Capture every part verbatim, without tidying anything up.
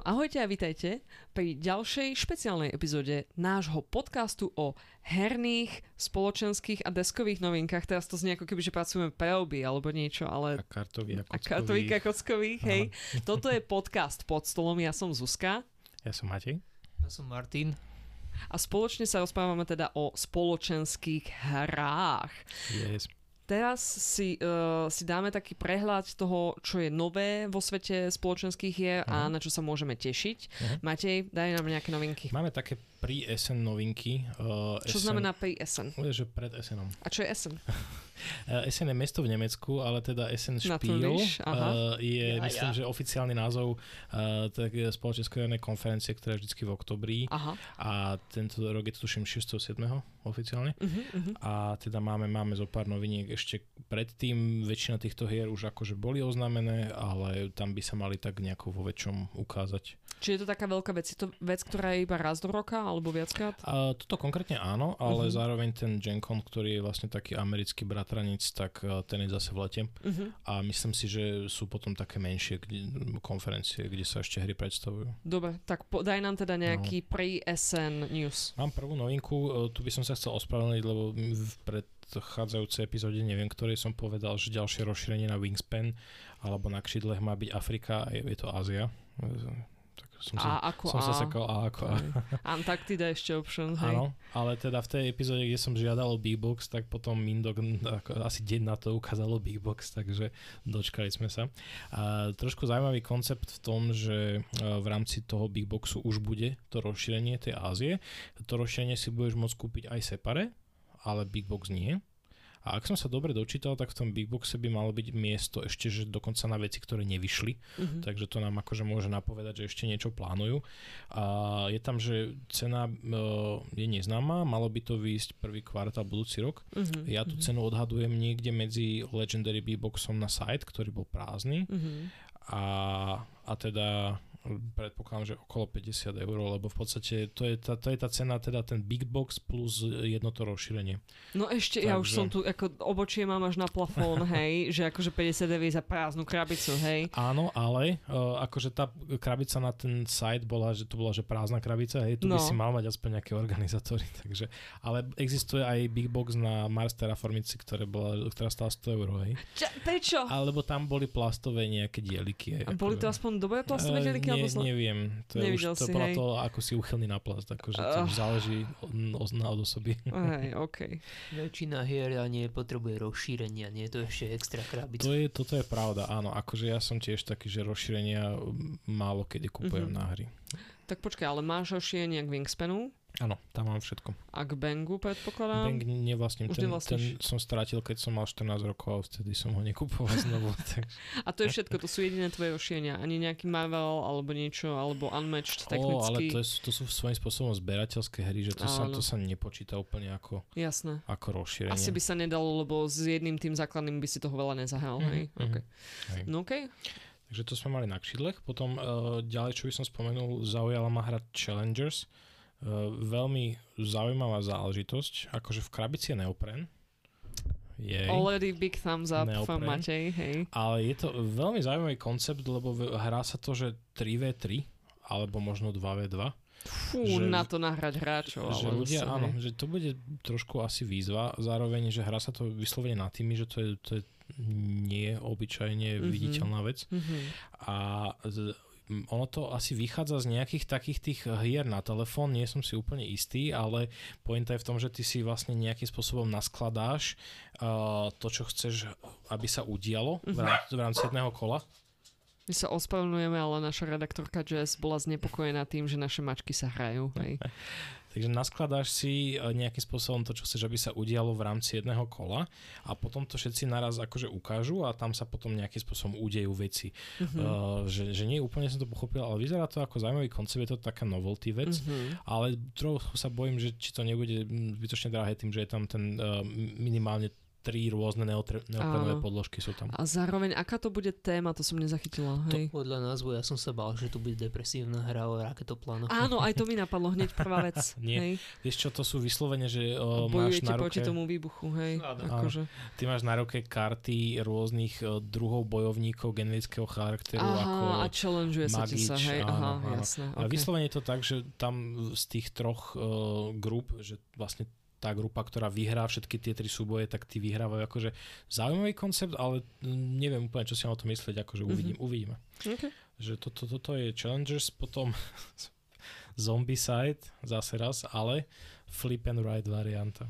ahojte a vitajte pri ďalšej špeciálnej epizóde nášho podcastu o herných, spoločenských a deskových novinkách. Teraz to znie ako keby, že pracujeme pre oby alebo niečo, ale... A kartových a kockových. A kartových a kockových, hej. Toto je podcast Pod stolom, ja som Zuzka. Ja som Matej. Ja som Martin. A spoločne sa rozprávame teda o spoločenských hrách. Yes. Teraz si, uh, si dáme taký prehľad toho, čo je nové vo svete spoločenských hier uh-huh. a na čo sa môžeme tešiť. Uh-huh. Matej, daj nám nejaké novinky. Máme také pre-es en novinky. Uh, čo es en... znamená pre-es en? Je, že pred es enom. A čo je es en? es en je mesto v Nemecku, ale teda es en Spiel uh, je, ja, myslím, ja. že oficiálny názov uh, tak spoločenskej konferencie, ktorá je vždycky v oktobri. Aha. A tento rok je to tuším šiesteho siedmeho oficiálne. Uh-huh, uh-huh. A teda máme, máme zo pár noviniek ešte predtým. Väčšina týchto hier už akože boli oznámené, ale tam by sa mali tak nejako vo väčšom ukázať. Čiže je to taká veľká vec? Je to vec, ktorá je iba raz do roka alebo viackrát? Uh, toto konkrétne áno, ale uh-huh. zároveň ten Gen Con, ktorý je vlastne taký americký bratranec, tak ten je zase v lete. Uh-huh. A myslím si, že sú potom také menšie kde, konferencie, kde sa ešte hry predstavujú. Dobre, tak po, daj nám teda nejaký no. pre-es en news. Mám prvú novinku, tu by som sa chcel ospravedlniť, lebo v predchádzajúcej epizóde, neviem, ktorej som povedal, že ďalšie rozšírenie na Wingspan alebo na křídlech má byť Afrika, je, je to Ázia. Som sa, a ako som A. sa sekal A ako A. Antarktida ešte option, hej. Áno, ale teda v tej epizóde, kde som žiadal o Big Box, tak potom Mindog asi deň na to ukázalo Big Box, takže dočkali sme sa. A trošku zaujímavý koncept v tom, že v rámci toho Big Boxu už bude to rozšírenie tej Ázie. To rozšírenie si budeš môcť kúpiť aj separé, ale Big Box nie. A ak som sa dobre dočítal, tak v tom Big Boxe by malo byť miesto ešte, že dokonca na veci, ktoré nevyšli. Uh-huh. Takže to nám akože môže napovedať, že ešte niečo plánujú. A je tam, že cena uh, je neznáma, malo by to výjsť prvý kvartál budúci rok. Uh-huh. Ja tú uh-huh. cenu odhadujem niekde medzi Legendary Big Boxom na site, ktorý bol prázdny. Uh-huh. A, a teda predpokladám, že okolo päťdesiat eur, lebo v podstate to je tá, to je tá cena, teda ten Big Box plus jedno to rozšírenie. No ešte, Takže... ja už som tu, ako obočie mám až na plafón, hej, že akože päťdesiat eur za prázdnu krabicu, hej. Áno, ale uh, akože tá krabica na ten site bola, že to bola, že prázdna krabica, hej, tu no. by si mal mať aspoň nejaké organizátory, takže, ale existuje aj Big Box na Mars Terraformici, ktorá bola, ktorá stála sto eur, hej. Čo, prečo? Alebo tam boli plastové nejaké dieliky. A boli to aspoň dobré plastové dieliky? Nie, neviem. To je už to podľa toho, ako si uchylný na plast. Akože to uh. záleží od, od osoby. Hej, okej. Okay. Väčšina hier nie potrebuje rozšírenia, nie je to ešte extra krabica. To je, toto je pravda, áno. Akože ja som tiež taký, že rozšírenia málo kedy kupujem uh-huh. na hry. Tak počkaj, ale máš rozšírenie k Wingspanu? Áno, tam mám všetko. A k Bangu predpokladám? Bang nevlastním. Ten, ten som strátil, keď som mal štrnásť rokov a vtedy som ho nekupoval znovu. Takže. A to je všetko, to sú jediné tvoje rozšírenia. Ani nejaký Marvel, alebo niečo, alebo Unmatched technicky. O, ale to, je, to sú svojím spôsobom zberateľské hry, že to, sa, to sa nepočíta úplne ako, Jasné. ako rozšírenie. Asi by sa nedalo, lebo s jedným tým základným by si toho veľa nezahral. Mm-hmm. Hej? Okay. Hej. No okej. Okay. Takže to sme mali na kšidlech. Potom uh, ďalej, čo by som spomenul, zaujala ma hra Challengers. Uh, veľmi zaujímavá záležitosť. Akože v krabici je neopren. Jej. Already big thumbs up from Matej, hej. Ale je to veľmi zaujímavý koncept, lebo hrá sa to, že tri vé tri alebo možno dva vé dva. Fú, že, na to nahrať hráčov. Že ľudia, sa, áno, že to bude trošku asi výzva. Zároveň, že hrá sa to vyslovene na tými, že to je, to je nie obyčajne mm-hmm. viditeľná vec. Mm-hmm. A z, ono to asi vychádza z nejakých takých tých hier na telefón, nie som si úplne istý, ale pointa je v tom, že ty si vlastne nejakým spôsobom naskladáš uh, to, čo chceš, aby sa udialo mm-hmm. v, rámci, v rámci jedného kola. My sa ospravedlňujeme, ale naša redaktorka Jess bola znepokojená tým, že naše mačky sa hrajú. Hej. Takže naskladáš si nejakým spôsobom to, čo chceš, aby sa udialo v rámci jedného kola a potom to všetci naraz akože ukážu a tam sa potom nejakým spôsobom udejú veci. Uh-huh. Uh, že, že nie úplne som to pochopil, ale vyzerá to ako zaujímavý koncept, je to taká novelty vec, uh-huh. ale trochu sa bojím, že či to nebude zbytočne drahé tým, že je tam ten uh, minimálne tri rôzne neotre, neoprenové podložky sú tam. A zároveň, aká to bude téma, to som nezachytila. Hej. To podľa názvu, ja som sa bál, že to bude depresívna hra o raketoplánoch. Áno, aj to mi napadlo hneď prvá vec. Nie, hej. Vieš čo, to sú vyslovene, že uh, máš bojujete na ruke... proti tomu výbuchu, hej. Áno. Akože. Ty máš na ruke karty rôznych uh, druhov bojovníkov generického charakteru. Aha, ako a challengeuje sa ti sa, hej. áno, Aha, áno. jasné. A Okay. vyslovene je to tak, že tam z tých troch uh, grup, že vlastne tá grupa, ktorá vyhrá všetky tie tri súboje, tak tí vyhrávajú. Akože zaujímavý koncept, ale neviem úplne, čo si mám o to myslieť, akože uvidím, mm-hmm. uvidíme. Okay. Že toto to, to je Challengers, potom Zombicide, zase raz, ale Flip and Ride varianta.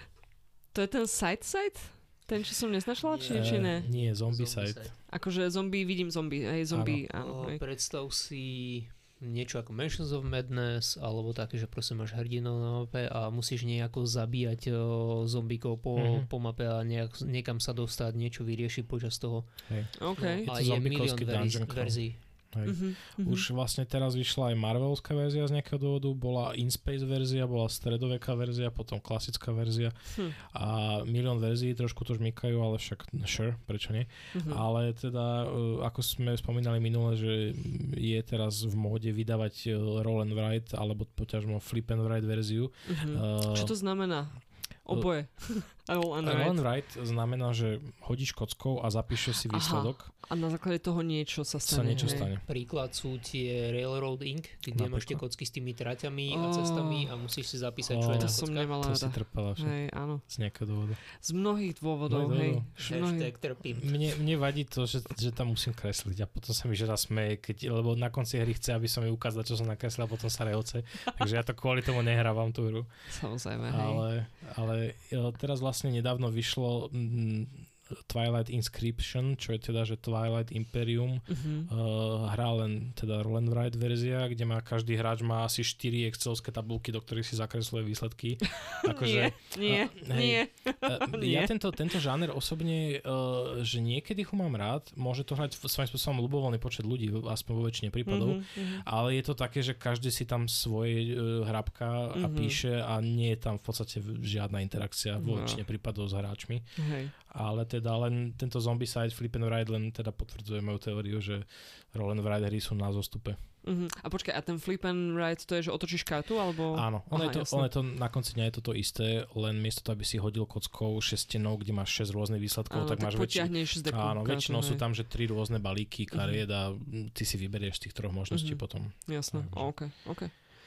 To je ten side-side? Ten, čo som neznašla, či, či ne? Uh, nie, Zombicide. Zombicide. Akože zombie, vidím zombie, hej, zombie, áno. O, Hej. predstav si niečo ako Mansions of Madness, alebo také, že proste máš hrdinov na mape a musíš nejako zabíjať o, zombíkov po, Mhm. po mape a nejak, niekam sa dostať, niečo vyriešiť počas toho. Hej. OK. Je A to je milión zombíkovský verzi- dungeon crawl. verzií. Hej. Uh-huh, Už vlastne teraz vyšla aj Marvelovská verzia z nejakého dôvodu, bola in-space verzia, bola stredoveká verzia, potom klasická verzia Hm. a milión verzií, trošku to žmykajú, ale však sure, prečo nie. Uh-huh. Ale teda, uh, ako sme spomínali minule, že je teraz v móde vydávať uh, roll and write, alebo poťažmo flip and write verziu. Uh-huh. Uh, Čo to znamená? Oboje. Roll and Roll and write. write znamená, že hodíš kockou a zapíšeš si výsledok. A na základe toho niečo sa stane. Sa niečo hej. stane. Príklad sú tie Railroad Incorporated, kde máš tie Napríklad. kocky s tými traťami a Ó. cestami a musíš si zapísať, čo Ó. je To na som kockách. nemala To si rada. trpela však. Hej, áno. Z nejakého dôvodu. Z mnohých dôvodov, Mnohých hej. dôvodov. Z mnohých- Hashtag trpím. Mne, mne vadí to, že, že tam musím kresliť a potom sa mi žena smeje, keď, lebo na konci hry chce, aby som jej ukázal, čo som nakreslil a potom sa rehoce. Takže ja to kvôli tomu nehrávam tú hru. Samozrejme, hej. Ale, ale e, teraz vlastne nedávno vyšlo mm, Twilight Inscription, čo je teda, že Twilight Imperium. Uh-huh. Uh, hrá len teda roll and write verzia, kde má každý hráč má asi štyri excelovské tabulky, do ktorých si zakresluje výsledky. Akože, nie, nie, a, hej, nie. Uh, Nie. ja tento, tento žáner osobne, uh, že niekedy ho mám rád, môže to hrať svojím spôsobom ľubovoľný počet ľudí, aspoň vo väčšine prípadov, Uh-huh, uh-huh. ale je to také, že každý si tam svoje uh, hrabka a Mhm. píše a nie je tam v podstate žiadna interakcia vo No. väčšine prípadov s hráčmi. Hej. Ale teda len tento Zombicide, Flip and Ride len teda potvrdzuje moju teóriu, že roll and write hry sú na zostupe. Uh-huh. A počkaj, a ten flip and write, to je, že otočíš kartu, alebo... Áno, ono, Aha, je to, jasné. ono je to na konci dňa je to to isté, len miesto toho, aby si hodil kockou šestenou, kde máš šesť rôznych výsledkov, Áno, tak, tak máš väčšinou. potiahneš z deku Áno, kartu, väčšinou sú hej. tam, že tri rôzne balíky kariet a ty si vyberieš z tých troch možností Mhm. potom. Jasné, Takže- OK, OK.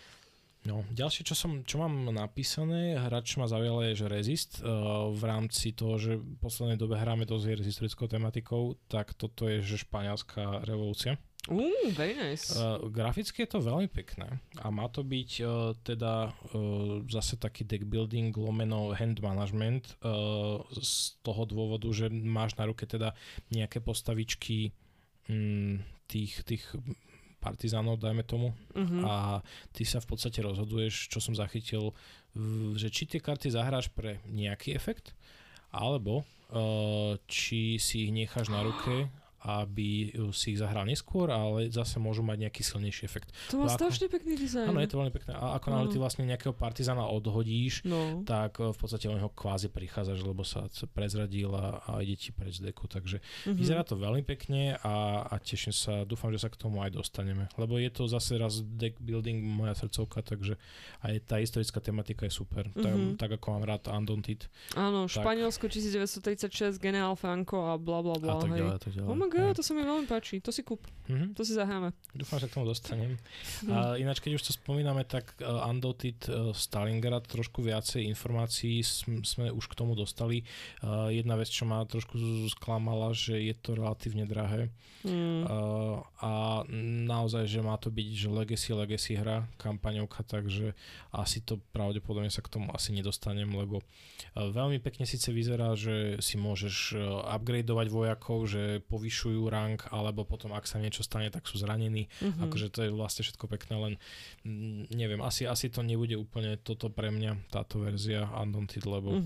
No, ďalšie, čo, som, čo mám napísané, hráč, čo ma zaujalo, je, že Resist. Uh, v rámci toho, že v poslednej dobe hráme dosť hier s historickou tematikou, tak toto je, že španielská revolúcia. Uú, very nice. Uh, graficky je to veľmi pekné a má to byť uh, teda uh, zase taký deck building lomeno hand management uh, z toho dôvodu, že máš na ruke teda nejaké postavičky um, tých, tých partizánov, dajme tomu, Uh-huh. a ty sa v podstate rozhoduješ, čo som zachytil, v- že či tie karty zahráš pre nejaký efekt, alebo uh, či si ich necháš na ruke, aby si ich zahral neskôr, ale zase môžu mať nejaký silnejší efekt. To má ako- strašne pekný dizajn. Áno, je to veľmi pekné. A ako náhle No. ty vlastne nejakého partizána odhodíš, No. tak uh, v podstate len ho kvázi prichádzaš, lebo sa c- prezradil a, a ide ti preč z deku. Takže Mhm. vyzerá to veľmi pekne a, a teším sa, dúfam, že sa k tomu aj dostaneme. Lebo je to zase raz deck building moja srdcovka, takže aj tá historická tematika je super. Mhm. Tak, tak ako mám rád Undaunted Áno, Tak. Španielsko devätnásťtridsaťšesť, Generál Franco a bla bla bla. a tak hej. ďalej. a Tak ďalej. Oh my god, to sa mi veľmi páči. To si kúp. Mhm. To si zahráme. Dúfam, že k tomu dostanem. Hm. A ináč, keď už to spomíname, tak uh, Undaunted uh, Stalingrad, trošku viacej informácií sm- sme už k tomu dostali. Uh, jedna vec, čo ma trošku z- sklamala, že je to relatívne drahé. Mm. Uh, a naozaj, že má to byť že legacy, legacy hra, kampaňovka, takže asi to pravdepodobne sa k tomu asi nedostanem, lebo uh, veľmi pekne síce vyzerá, že si môžeš uh, upgradeovať vojakov, že povyšujú rank, alebo potom ak sa niečo stane, tak sú zranení. Mhm. Akože to je vlastne všetko pekné, len mm, neviem, asi, asi to nebude úplne toto pre mňa, táto verzia Undaunted, lebo Mhm.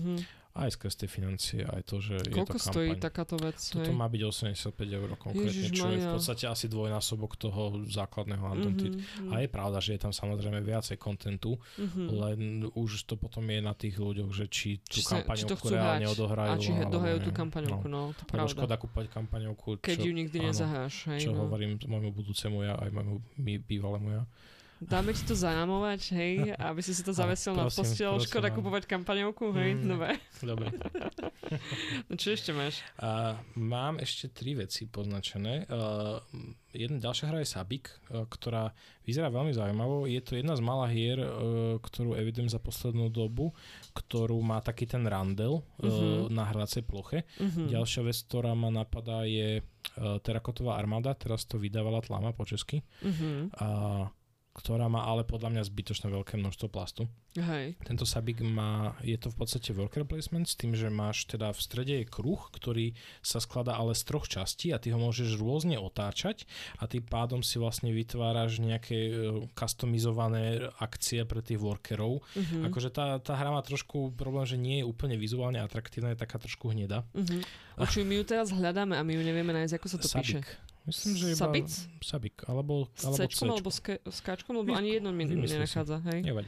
Aj skrz tie financie, aj to, že Koľko je to stojí kampaň. takáto vec? Toto hej? má byť osemdesiatpäť eur konkrétne, Ježiš čo je v Maria. podstate asi dvojnásobok toho základného Undaunted. Mm-hmm. A je pravda, že je tam samozrejme viacej kontentu, mm-hmm. len už to potom je na tých ľuďoch, že či tú Či sa- či to kampaňovku chcú reálne hrať. odohrajú. A či he- alebo dohajú nie. tú kampaňovku, no, to Lebo pravda. škoda kúpať kampaňovku, Keď čo, ju nikdy áno, nezahráš. Hej, čo no. hovorím môjmu budúcemu ja, aj môjmu mi- bývalému ja. Dáme ti to zanámovať, hej, aby si si to zavesil na prosím, posteľ. prosím, Škoda áno. kúpovať kampaňovku, hej, Mm. dobre. Dobre. No čo ešte máš? A mám ešte tri veci poznačené. Uh, jedna ďalšia hra je Sabik, uh, ktorá vyzerá veľmi zaujímavo. Je to jedna z malých hier, uh, ktorú evidujem za poslednú dobu, ktorú má taký ten randel uh, Mhm. na hracej ploche. Mhm. Ďalšia vec, ktorá ma napadá, je uh, Terakotová armáda, teraz to vydávala Tlama po česky. Mhm. A ktorá má ale podľa mňa zbytočné veľké množstvo plastu. Hej. Tento Sabik má, je to v podstate worker placement s tým, že máš teda v strede je kruh, ktorý sa skladá ale z troch častí a ty ho môžeš rôzne otáčať a tým pádom si vlastne vytváraš nejaké uh, customizované akcie pre tých workerov. Mhm. Akože tá, tá hra má trošku problém, že nie je úplne vizuálne atraktívna, je taká trošku hnedá. Mhm. Oči, my ju teraz hľadáme a my ju nevieme nájsť, ako sa to Sabik. píše. Myslím, že iba Sabic? Sabik, alebo, S alebo C-čkom C-čko. alebo s, ke- s K-čkom, lebo ani jedno mi Vymyslel nenachádza, hej. Nevadí.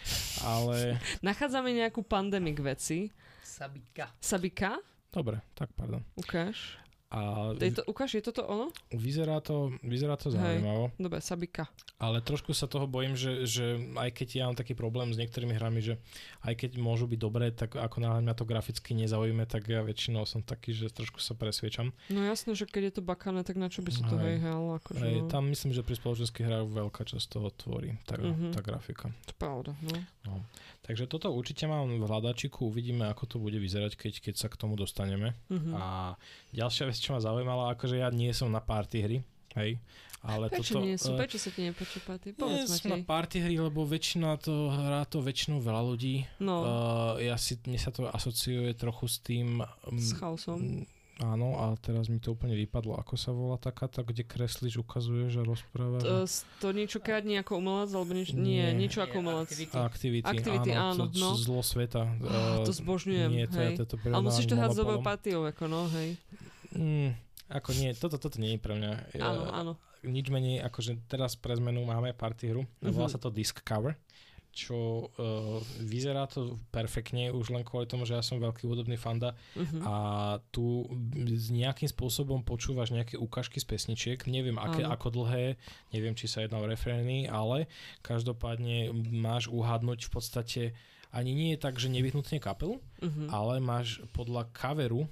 Ale, Nachádzame nejakú pandemic veci. Sabika. Sabika? dobre, tak pardon. Ukáž. A Je to, ukáž, je toto ono? vyzerá to, vyzerá to Hej. zaujímavo, Dobre, Sabika. ale trošku sa toho bojím, že, že aj keď ja mám taký problém s niektorými hrami, že aj keď môžu byť dobré, tak ako náhle mňa to graficky nezaujíme, tak ja väčšinou som taký, že trošku sa presviečam. No jasné, že keď je to bakané, tak na čo by si to Hej. hej hral? Akože, Aj no. tam myslím, že pri spoločenských hrách veľká časť toho tvorí tá, Mhm. tá grafika. To je pravda, no. No. Takže toto určite mám v hľadačiku, uvidíme, ako to bude vyzerať, keď, keď sa k tomu dostaneme. Mhm. A ďalšia vec, čo ma zaujímala, akože ja nie som na party hry, hej, ale Prečo toto... nie sú? eh, Prečo sa ti nepáči party? nie Povedz, som na Matej. party hry, lebo väčšina to hrá to väčšinou veľa ľudí. No, Uh, ja si, mne sa to asociuje trochu s tým... Um, s chaosom. mm, áno, a teraz mi to úplne vypadlo. Ako sa volá takáto, kde kreslíš, ukazuješ a rozprávaš? To, to niečo kradne ako umelec, alebo niečo, nie, Nie. niečo ako umelec. Activity, Activity, áno, to, no. Zlo sveta. Ah, Uh, to zbožňujem, nie, to, hej. Je, to, to Ale musíš to hrať s dobrou monopolom. partiou, ako no, hej. Mm, ako nie, toto, toto nie je pre mňa. Ja- Áno, áno. Nič menej, akože teraz pre zmenu máme party hru, Mhm. volá sa to Disc Cover, čo uh, vyzerá to perfektne, už len kvôli tomu, že ja som veľký hudobný fanda Mhm. a tu s nejakým spôsobom počúvaš nejaké ukážky z pesničiek, neviem aké, Áno. ako dlhé, neviem či sa jedná o refrény, ale každopádne máš uhadnúť v podstate, ani nie je tak, že nevyhnutne kapelu, Mhm. ale máš podľa coveru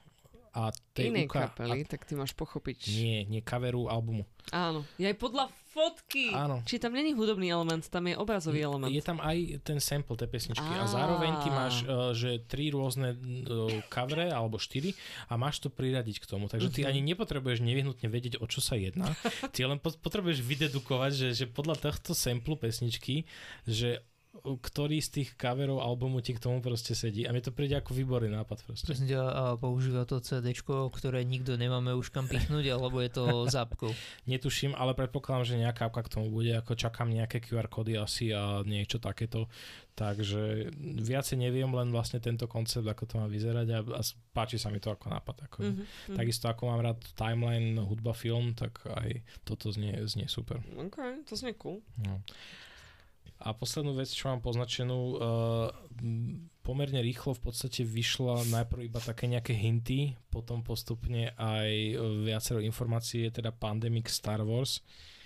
a tej Inej uka- kapely, a- tak ty máš pochopiť. nie, nie coveru albumu. Áno. Je aj podľa fotky. Áno. Či tam není hudobný element, tam je obrazový element. Je tam aj ten sample tej pesničky Á. a zároveň ty máš, uh, že tri rôzne uh, covere alebo štyri a máš to priradiť k tomu. Takže ty Mhm. ani nepotrebuješ nevyhnutne vedieť, o čo sa jedná. Ty len pot- potrebuješ vydedukovať, že, že podľa tohto samplu pesničky, že ktorý z tých coverov albumu ti k tomu proste sedí. A mi to príde ako výborný nápad proste. Prosím ťa, a používa to CDčko, ktoré nikto nemáme už kam pichnúť, alebo je to zápkou? Netuším, ale predpokladám, že nejaká apka k tomu bude, ako čakám nejaké kú ár kódy asi a niečo takéto. Takže viacej neviem, len vlastne tento koncept, ako to má vyzerať a, a páči sa mi to ako nápad. Ako, Mhm, mhm. Takisto ako mám rád timeline, hudba, film, tak aj toto znie, znie super. OK, to znie cool. No. A poslednú vec, čo mám poznačenú, uh, m, pomerne rýchlo v podstate vyšla najprv iba také nejaké hinty, potom postupne aj uh, viacero informácií, je teda Pandemic Star Wars.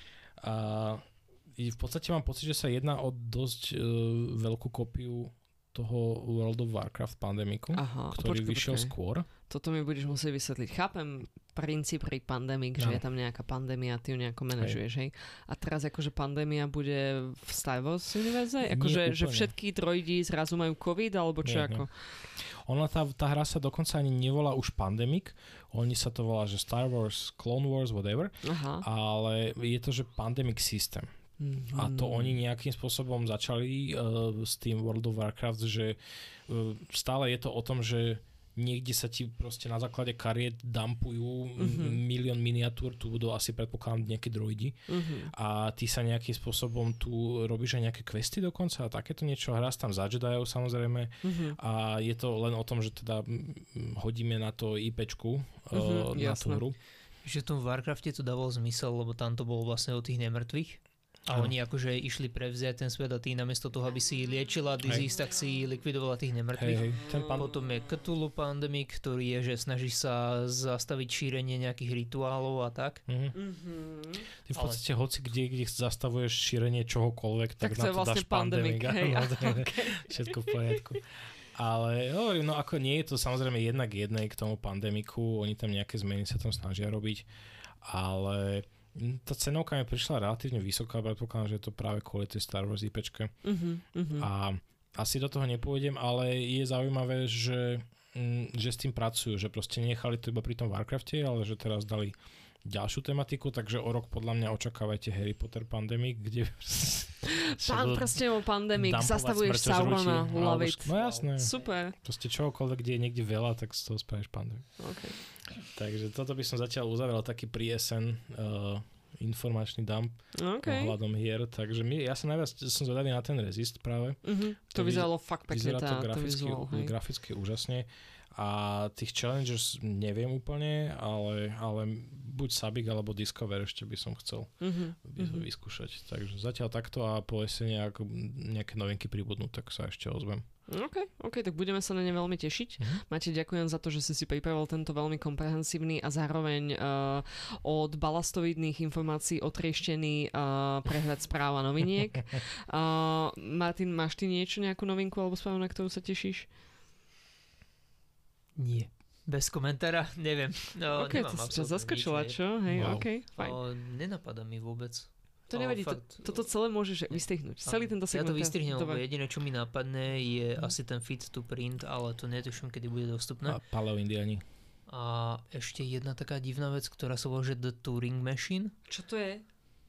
A i v podstate mám pocit, že sa jedná o dosť uh, veľkú kópiu toho World of Warcraft Pandemiku, Aha, ktorý počkaj, vyšiel počkaj. skôr. Toto mi budeš musieť vysvetliť. Chápem princíp pri pandémik, že Áno. je tam nejaká pandémia, ty ju nejako manažuješ, hej. A teraz akože pandémia bude v Star Wars univerze? Nie Akože, že úplne. všetky droidi zrazu majú COVID, alebo čo Nie, ako? Ona, tá, tá hra sa dokonca ani nevolá už Pandemic, oni sa to volá, že Star Wars, Clone Wars, whatever, Aha. ale je to, že Pandemic System. A to Mhm. oni nejakým spôsobom začali uh, s tým World of Warcraft, že uh, stále je to o tom, že niekde sa ti proste na základe kariet dumpujú Mm-hmm. milión miniatúr, tu budú asi predpokladám nejaké droidy Mm-hmm. a ty sa nejakým spôsobom tu robíš aj nejaké questy dokonca a takéto niečo, hráš tam za Jediov samozrejme Mm-hmm. a je to len o tom, že teda mm, hodíme na to IPčku Mhm, uh, na tú jasné. hru. Že v tom Warcrafte to dávalo zmysel, lebo tam to bolo vlastne o tých nemrtvých. A Áno. oni akože išli prevziať ten svet a ty namiesto toho, aby si liečila disease, tak si likvidovala tých Hej, nemrtvých. hej, ten pán... Potom je Cthulhu Pandemic, ktorý je, že snaží sa zastaviť šírenie nejakých rituálov a tak. Mhm. Mm-hmm. Ty v podstate hoci kde, kde zastavuješ šírenie čohokoľvek, Tak tak, to na je to vlastne dáš pandemic. pandemic, hej, Áno, aha, to je všetko v poriadku. Ale hovorím, no ako nie je to samozrejme jednak jednej k tomu pandemiku, oni tam nejaké zmeny sa tam snažia robiť, ale tá cenovka mi prišla relatívne vysoká, predpokladám, že je to práve kvôli tej Star Wars IPčke. Mm-hmm. A asi do toho nepôjdem, ale je zaujímavé, že, mm, že s tým pracujú, že proste nechali to iba pri tom Warcrafte, ale že teraz dali ďalšiu tematiku, takže o rok podľa mňa očakávajte Harry Potter Pandemic, kde... Pán prstenov Pandemic, dumpovať zastavuješ smrťožrúti, Saurona, love alebo- it. No jasné. Super. Proste čohokoľvek, kde je niekde veľa, tak z toho spravíš Pandemic. Okay. Takže toto by som zatiaľ uzavrel taký pri es en uh, informačný dump Okay. ohľadom hier, takže my, ja som najviac som zvedavý na ten Resist práve. Mm-hmm. To To vyzeralo fakt pekne, Vyzerá to tá, to graficky, vizuál, hej. graficky úžasne a tých Challengers neviem úplne, ale, ale buď Sabik alebo Discover ešte by som chcel Mm-hmm. vy, Mhm. vyskúšať. Takže zatiaľ takto a po jesene, ak nejaké novinky pribudnú, tak sa ešte ozvem. OK, OK, tak budeme sa na ne veľmi tešiť. Mhm. Mate, ďakujem za to, že si si pripravil tento veľmi komprehensívny a zároveň uh, od balastovidných informácií otrieštený uh, prehľad správ a noviniek. Uh, Martin, máš ty niečo, nejakú novinku alebo správu, na ktorú sa tešíš? Nie. Bez komentára? Neviem. No, OK, nemám to si ťa absolútne zaskočila, nič, čo? Hej, Wow. OK, fajn. O, nenapadá mi vôbec. To O, nevadí, to, fakt, toto celé môžeš vystrihnúť. Celý tento Ja segment. to vystrihnem, lebo Dobre. jediné, čo mi napadne, je Mhm. asi ten fit to print, ale to netuším, kedy bude dostupné. A Paleo Indiani. A ešte jedna taká divná vec, ktorá sa volá, že The Turing Machine. Čo to je?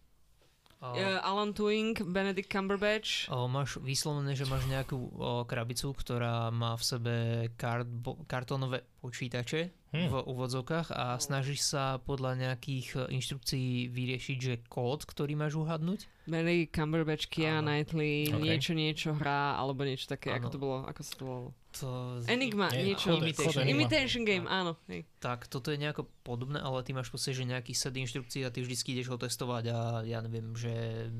A, Uh, Alan Turing, Benedict Cumberbatch. a máš vyslovené, že máš nejakú o, krabicu, ktorá má v sebe kartbo, kartónové počítače Hm. v úvodzovkách a snažíš sa podľa nejakých inštrukcií vyriešiť, že kód, ktorý máš uhadnúť. Benedict Cumberbatch, Keira Áno. Knightley, Ok. niečo, niečo hrá, alebo niečo také, ako Áno. to bolo, ako sa to volalo? To... Enigma, Nie, niečo. Code- Imitation. Code Enigma. Imitation Game, áno. Hej. Tak, toto je nejako podobné, ale ty máš proste, že nejaký set inštrukcií a ty vždycky ideš ho testovať a ja neviem, že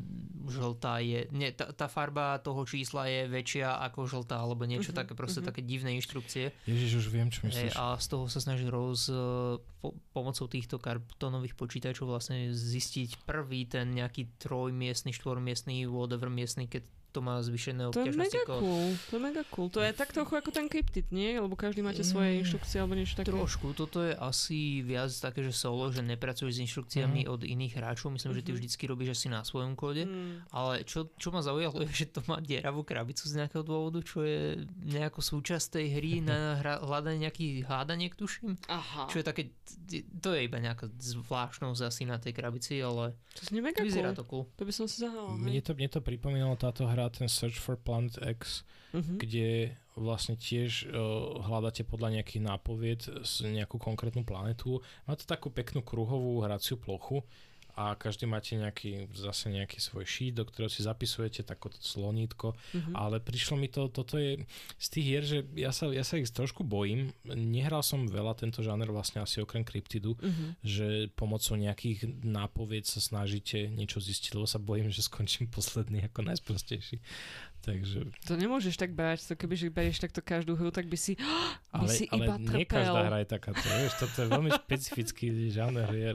žltá je, nie, tá, tá farba toho čísla je väčšia ako žltá, alebo niečo Mhm, také, proste mhm. také divné inštrukcie. Ježiš, už viem, čo Hej, myslíš. a z toho sa snaží roz po, pomocou týchto kartónových počítačov vlastne zistiť prvý ten nejaký trojmiestny, štvormiestny, whatever miestny, keď to má zvýšené To je obťažnosti. mega ko- cool, to je mega cool. To je tak trochu ako ten Cryptid, nie? Lebo každý máte svoje Mm, inštrukcie alebo niečo také. Trošku, toto je asi viac také, že solo, že nepracuješ s inštrukciami Mhm. od iných hráčov, myslím, že ty Mhm. vždycky robíš asi na svojom kóde, Mm. ale čo, čo ma zaujalo je, že to má dieravú krabicu z nejakého dôvodu, čo je nejako súčasť tej hry na hra, hľadanie nejakých hádaniek, tuším, Aha, čo je také, to je iba nejaká zvláštnosť asi na tej krabici, ale to znie mega vyzerá cool. to cool. To by som si zahrala. Mne to, mne to pripomínalo táto hra, ten Search for Planet X, Mhm. kde vlastne tiež uh, hľadáte podľa nejakých nápovied z nejakú konkrétnu planetu. Má to takú peknú kruhovú hraciu plochu a každý máte nejaký, zase nejaký svoj sheet, do ktorého si zapisujete takéto slonítko, Mhm. ale prišlo mi to, toto je z tých hier, že ja sa, ja sa ich trošku bojím. Nehral som veľa tento žáner vlastne asi okrem Cryptidu, Mhm. že pomocou nejakých nápovied sa snažíte niečo zistiť, lebo sa bojím, že skončím posledný ako najsprostejší. Takže, To nemôžeš tak brať, to kebyže berieš takto každú hru, tak by si, by ale, si ale iba nie každá trpel. hra je takáto, vieš, toto je veľmi špecifický žáner hier.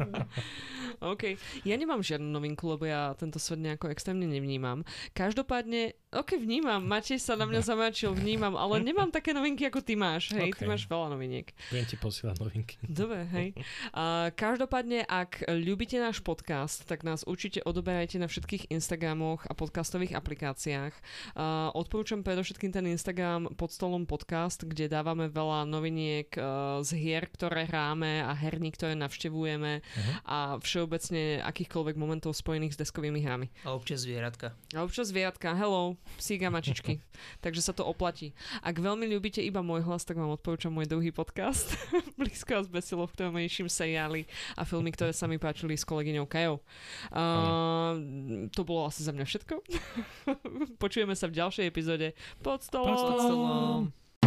OK. Ja nemám žiadnu novinku, lebo ja tento svet nejako extrémne nevnímam. Každopádne, OK, vnímam. Matej sa na mňa zamáčil, vnímam, ale nemám také novinky, ako ty máš. Hej, ty OK. máš veľa noviniek. Budem ti posielať novinky. Dobre, hej. A každopádne, ak ľúbite náš podcast, tak nás určite odoberajte na všetkých Instagramoch a podcastových aplikáciách. A odporúčam predovšetkým ten Instagram Pod stolom podcast, kde dávame veľa noviniek uh, z hier, ktoré hráme a herní, ktoré navštevujeme Uh-huh. a všeobecne všeobecne akýchkoľvek momentov spojených s deskovými hrami. A občas zvieratka. A občas zvieratka, hello, psík a mačičky. Takže sa to oplatí. Ak veľmi ľúbite iba môj hlas, tak vám odporúčam môj dlhý podcast Blízko a zbesilo, v ktorom riešim seriály a filmy, ktoré sa mi páčili s kolegyňou Kajou. Uh, to bolo asi za mňa všetko. Počujeme sa v ďalšej epizóde Pod stolom. Pod stolom.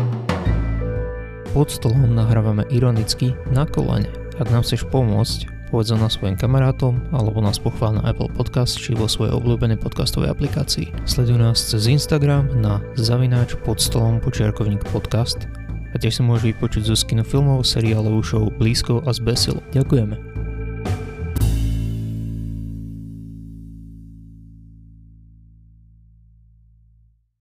Pod stolom nahrávame ironicky na kolene. Ak nám chceš pomôcť, povedz na svojim kamarátom alebo nás pochvál na Apple Podcast či vo svojej obľúbenej podcastovej aplikácii. Sleduj nás cez Instagram na zavináč pod stolom počiarkovník podcast a tiež si môžeš vypočuť zo skinu filmov, seriálovú show Blízko a zbesilo. Ďakujeme.